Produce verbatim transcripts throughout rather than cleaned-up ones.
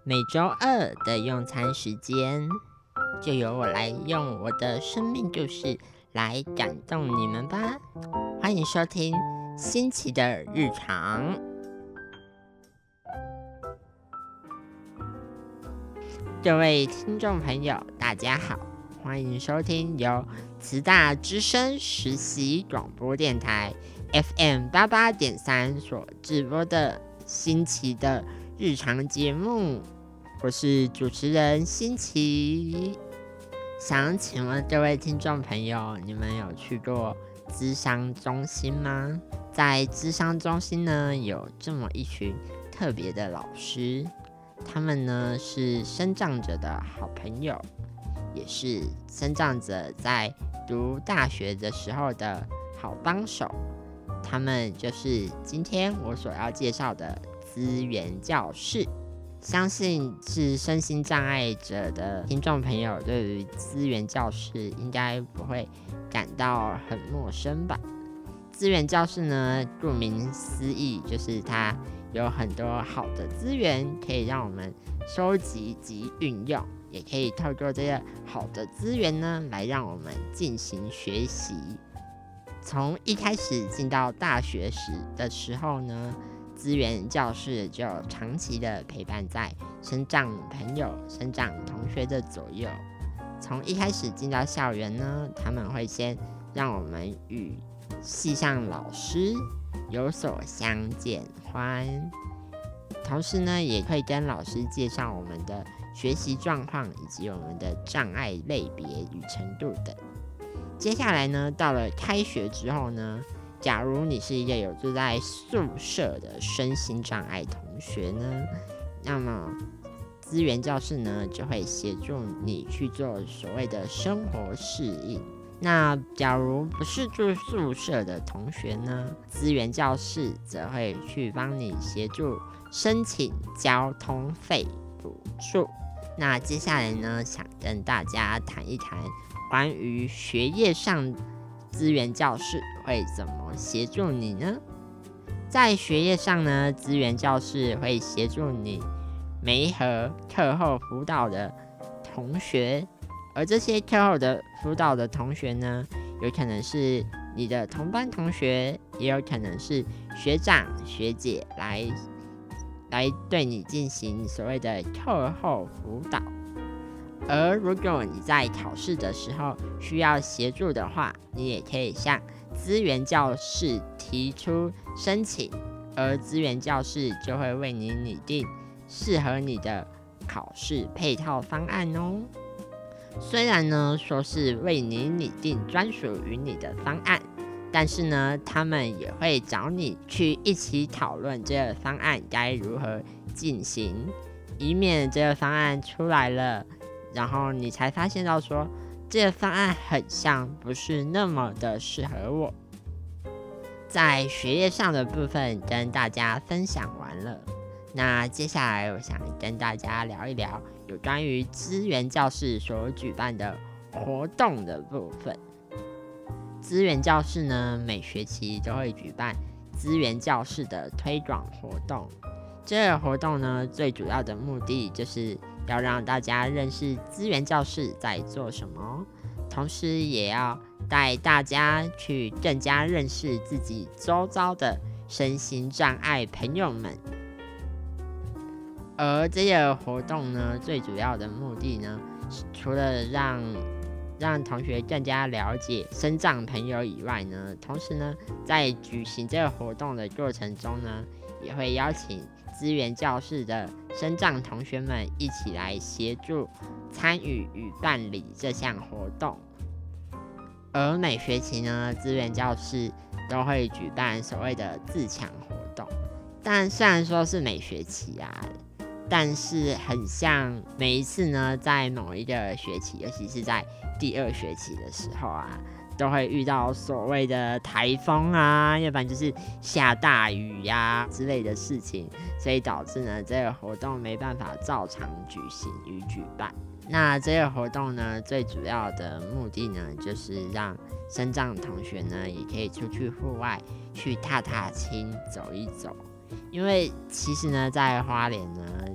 每周二的用餐时间，就由我来用我的生命故事来感动你们吧。欢迎收听新奇的日常。各位听众朋友，大家好，欢迎收听由慈大之声实习广播电台 F M 八八点三所直播的新奇的日常节目。我是主持人新奇。想请问各位听众朋友，你们有去过諮商中心吗？在諮商中心呢，有这么一群特别的老师，他们呢是身障者的好朋友，也是身障者在读大学的时候的好帮手。他们就是今天我所要介绍的资源教室。相信是身心障碍者的听众朋友，对于资源教室应该不会感到很陌生吧？资源教室呢，顾名思义，就是它有很多好的资源可以让我们收集及运用，也可以透过这些好的资源呢，来让我们进行学习。从一开始进到大学时的时候呢，资源教室就长期的陪伴在身障朋友、身障同学的左右。从一开始进到校园呢，他们会先让我们与系上老师有所相见欢，同时呢，也会跟老师介绍我们的学习状况以及我们的障碍类别与程度等。接下来呢，到了开学之后呢，假如你是一个有住在宿舍的身心障碍同学呢，那么资源教室呢就会协助你去做所谓的生活适应。那假如不是住宿舍的同学呢，资源教室则会去帮你协助申请交通费补助。那接下来呢，想跟大家谈一谈关于学业上资源教室会怎么协助你呢？在学业上呢，资源教室会协助你媒合课后辅导的同学，而这些课后的辅导的同学呢，有可能是你的同班同学，也有可能是学长学姐来来对你进行所谓的课后辅导。而如果你在考试的时候需要协助的话，你也可以向资源教室提出申请，而资源教室就会为你拟定适合你的考试配套方案哦。虽然呢说是为你拟定专属于你的方案，但是呢他们也会找你去一起讨论这个方案该如何进行，以免这个方案出来了，然后你才发现到说这个方案很像不是那么的适合我。在学业上的部分跟大家分享完了，那接下来我想跟大家聊一聊有关于资源教室所举办的活动的部分。资源教室呢，每学期都会举办资源教室的推广活动。这个活动呢，最主要的目的就是要让大家认识资源教室在做什么，同时也要带大家去更加认识自己周遭的身心障碍朋友们。而这个活动呢，最主要的目的呢，除了让让同学更加了解身障朋友以外呢，同时呢，在举行这个活动的过程中呢，也会邀请资源教室的身障同学们一起来协助参与与办理这项活动。而每学期呢，资源教室都会举办所谓的自强活动，但虽然说是每学期啊，但是很像每一次呢，在某一个学期，尤其是在第二学期的时候啊，都会遇到所谓的台风啊，要不然就是下大雨呀、啊、之类的事情，所以导致呢这个活动没办法照常举行与举办。那这个活动呢，最主要的目的呢，就是让身障同学呢也可以出去户外去踏踏青、走一走。因为其实呢，在花莲呢，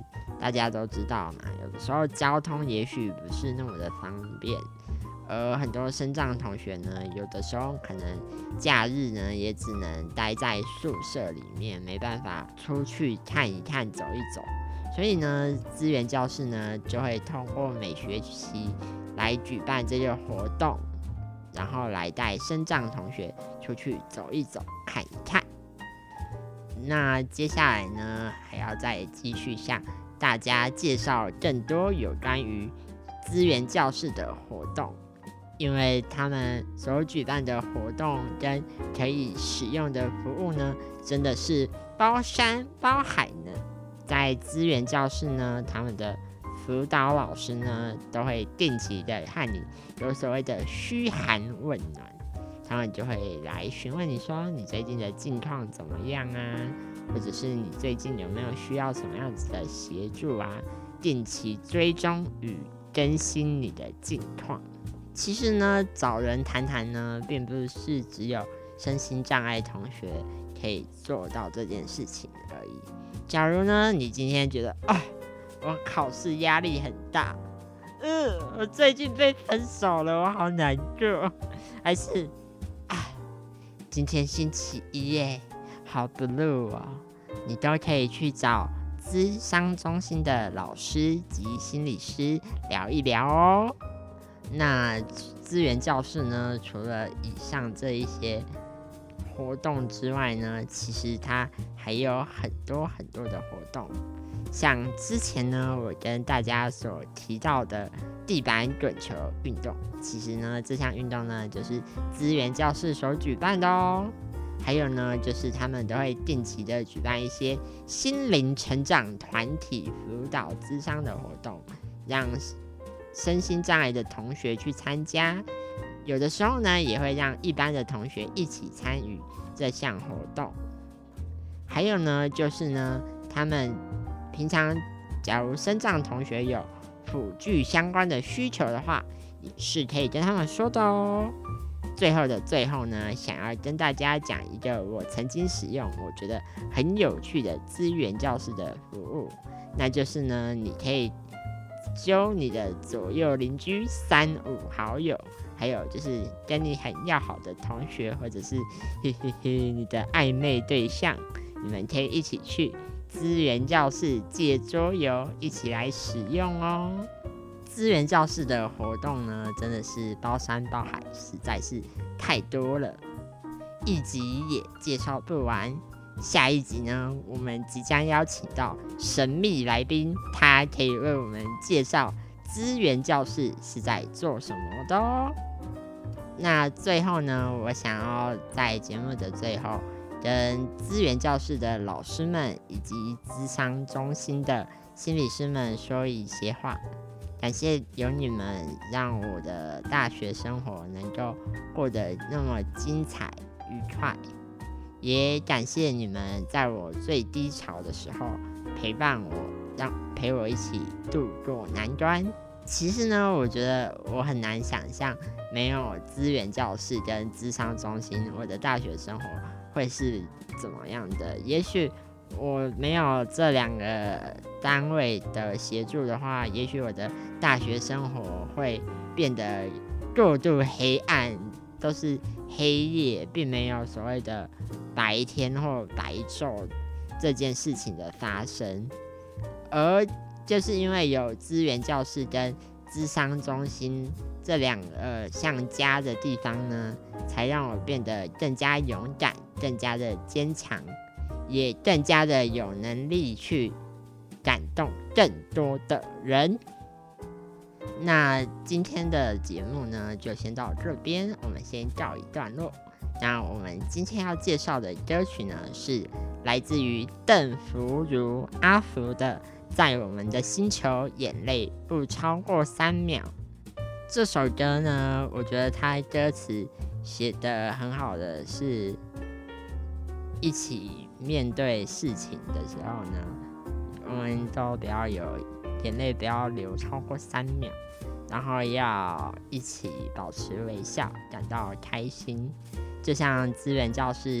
大家都知道嘛，有的时候交通也许不是那么的方便，而很多身障同学呢，有的时候可能假日呢也只能待在宿舍里面，没办法出去看一看、走一走。所以呢，资源教室呢就会通过每学期来举办这个活动，然后来带身障同学出去走一走、看一看。那接下来呢，还要再继续向大家介绍更多有关于资源教室的活动，因为他们所举办的活动跟可以使用的服务呢，真的是包山包海呢。在资源教室呢，他们的辅导老师呢，都会定期的和你有所谓的嘘寒问暖，他们就会来询问你说你最近的近况怎么样啊，或者是你最近有没有需要什么样子的协助啊，定期追踪与更新你的近况。其实呢，找人谈谈呢，并不是只有身心障碍同学可以做到这件事情而已。假如呢，你今天觉得啊，我考试压力很大，嗯、呃，我最近被分手了，我好难过，还是啊，今天星期一耶，好 blue 哦，你都可以去找諮商中心的老师及心理师聊一聊哦。那资源教室呢，除了以上这一些活动之外呢，其实它还有很多很多的活动，像之前呢我跟大家所提到的地板滚球运动，其实呢这项运动呢就是资源教室所举办的哦。还有呢，就是他们都会定期的举办一些心灵成长团体辅导諮商的活动，让身心障碍的同学去参加。有的时候呢，也会让一般的同学一起参与这项活动。还有呢，就是呢，他们平常假如身障同学有辅具相关的需求的话，也是可以跟他们说的哦。最后的最后呢，想要跟大家讲一个我曾经使用我觉得很有趣的资源教室的服务，那就是呢，你可以揪你的左右邻居三五好友，还有就是跟你很要好的同学，或者是嘿嘿嘿你的暧昧对象，你们可以一起去资源教室借桌游，一起来使用哦。资源教室的活动呢，真的是包山包海，实在是太多了，一集也介绍不完。下一集呢，我们即将邀请到神秘来宾，他可以为我们介绍资源教室是在做什么的哦。那最后呢，我想要在节目的最后，跟资源教室的老师们以及諮商中心的心理师们说一些话。感谢有你们，让我的大学生活能够过得那么精彩愉快。也感谢你们在我最低潮的时候陪伴我，让陪我一起度过难关。其实呢，我觉得我很难想象没有资源教室跟諮商中心，我的大学生活会是怎么样的。也许我没有这两个单位的协助的话，也许我的大学生活会变得过度黑暗，都是黑夜，并没有所谓的白天或白昼这件事情的发生。而就是因为有资源教室跟諮商中心这两个像家的地方呢，才让我变得更加勇敢，更加的坚强，也更加的有能力去感动更多的人。那今天的节目呢，就先到这边，我们先告一段落。那我们今天要介绍的歌曲呢，是来自于邓福如阿福的《在我们的星球，眼泪不超过三秒》。这首歌呢，我觉得它歌词写得很好的是，一起面对事情的时候呢，我们都不要有眼泪，不要流超过三秒，然后要一起保持微笑，感到开心。就像资源教室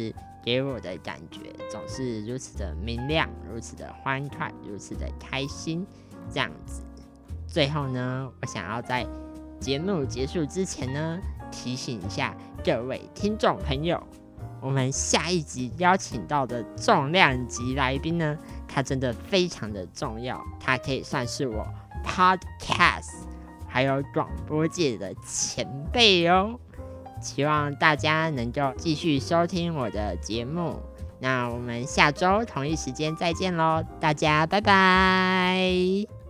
给我的感觉总是如此的明亮，如此的欢快，如此的开心，这样子。最后呢，我想要在节目结束之前呢，提醒一下各位听众朋友，我们下一集邀请到的重量级来宾呢，他真的非常的重要，他可以算是我 podcast 还有广播界的前辈哦。希望大家能够继续收听我的节目，那我们下周同一时间再见咯，大家拜拜。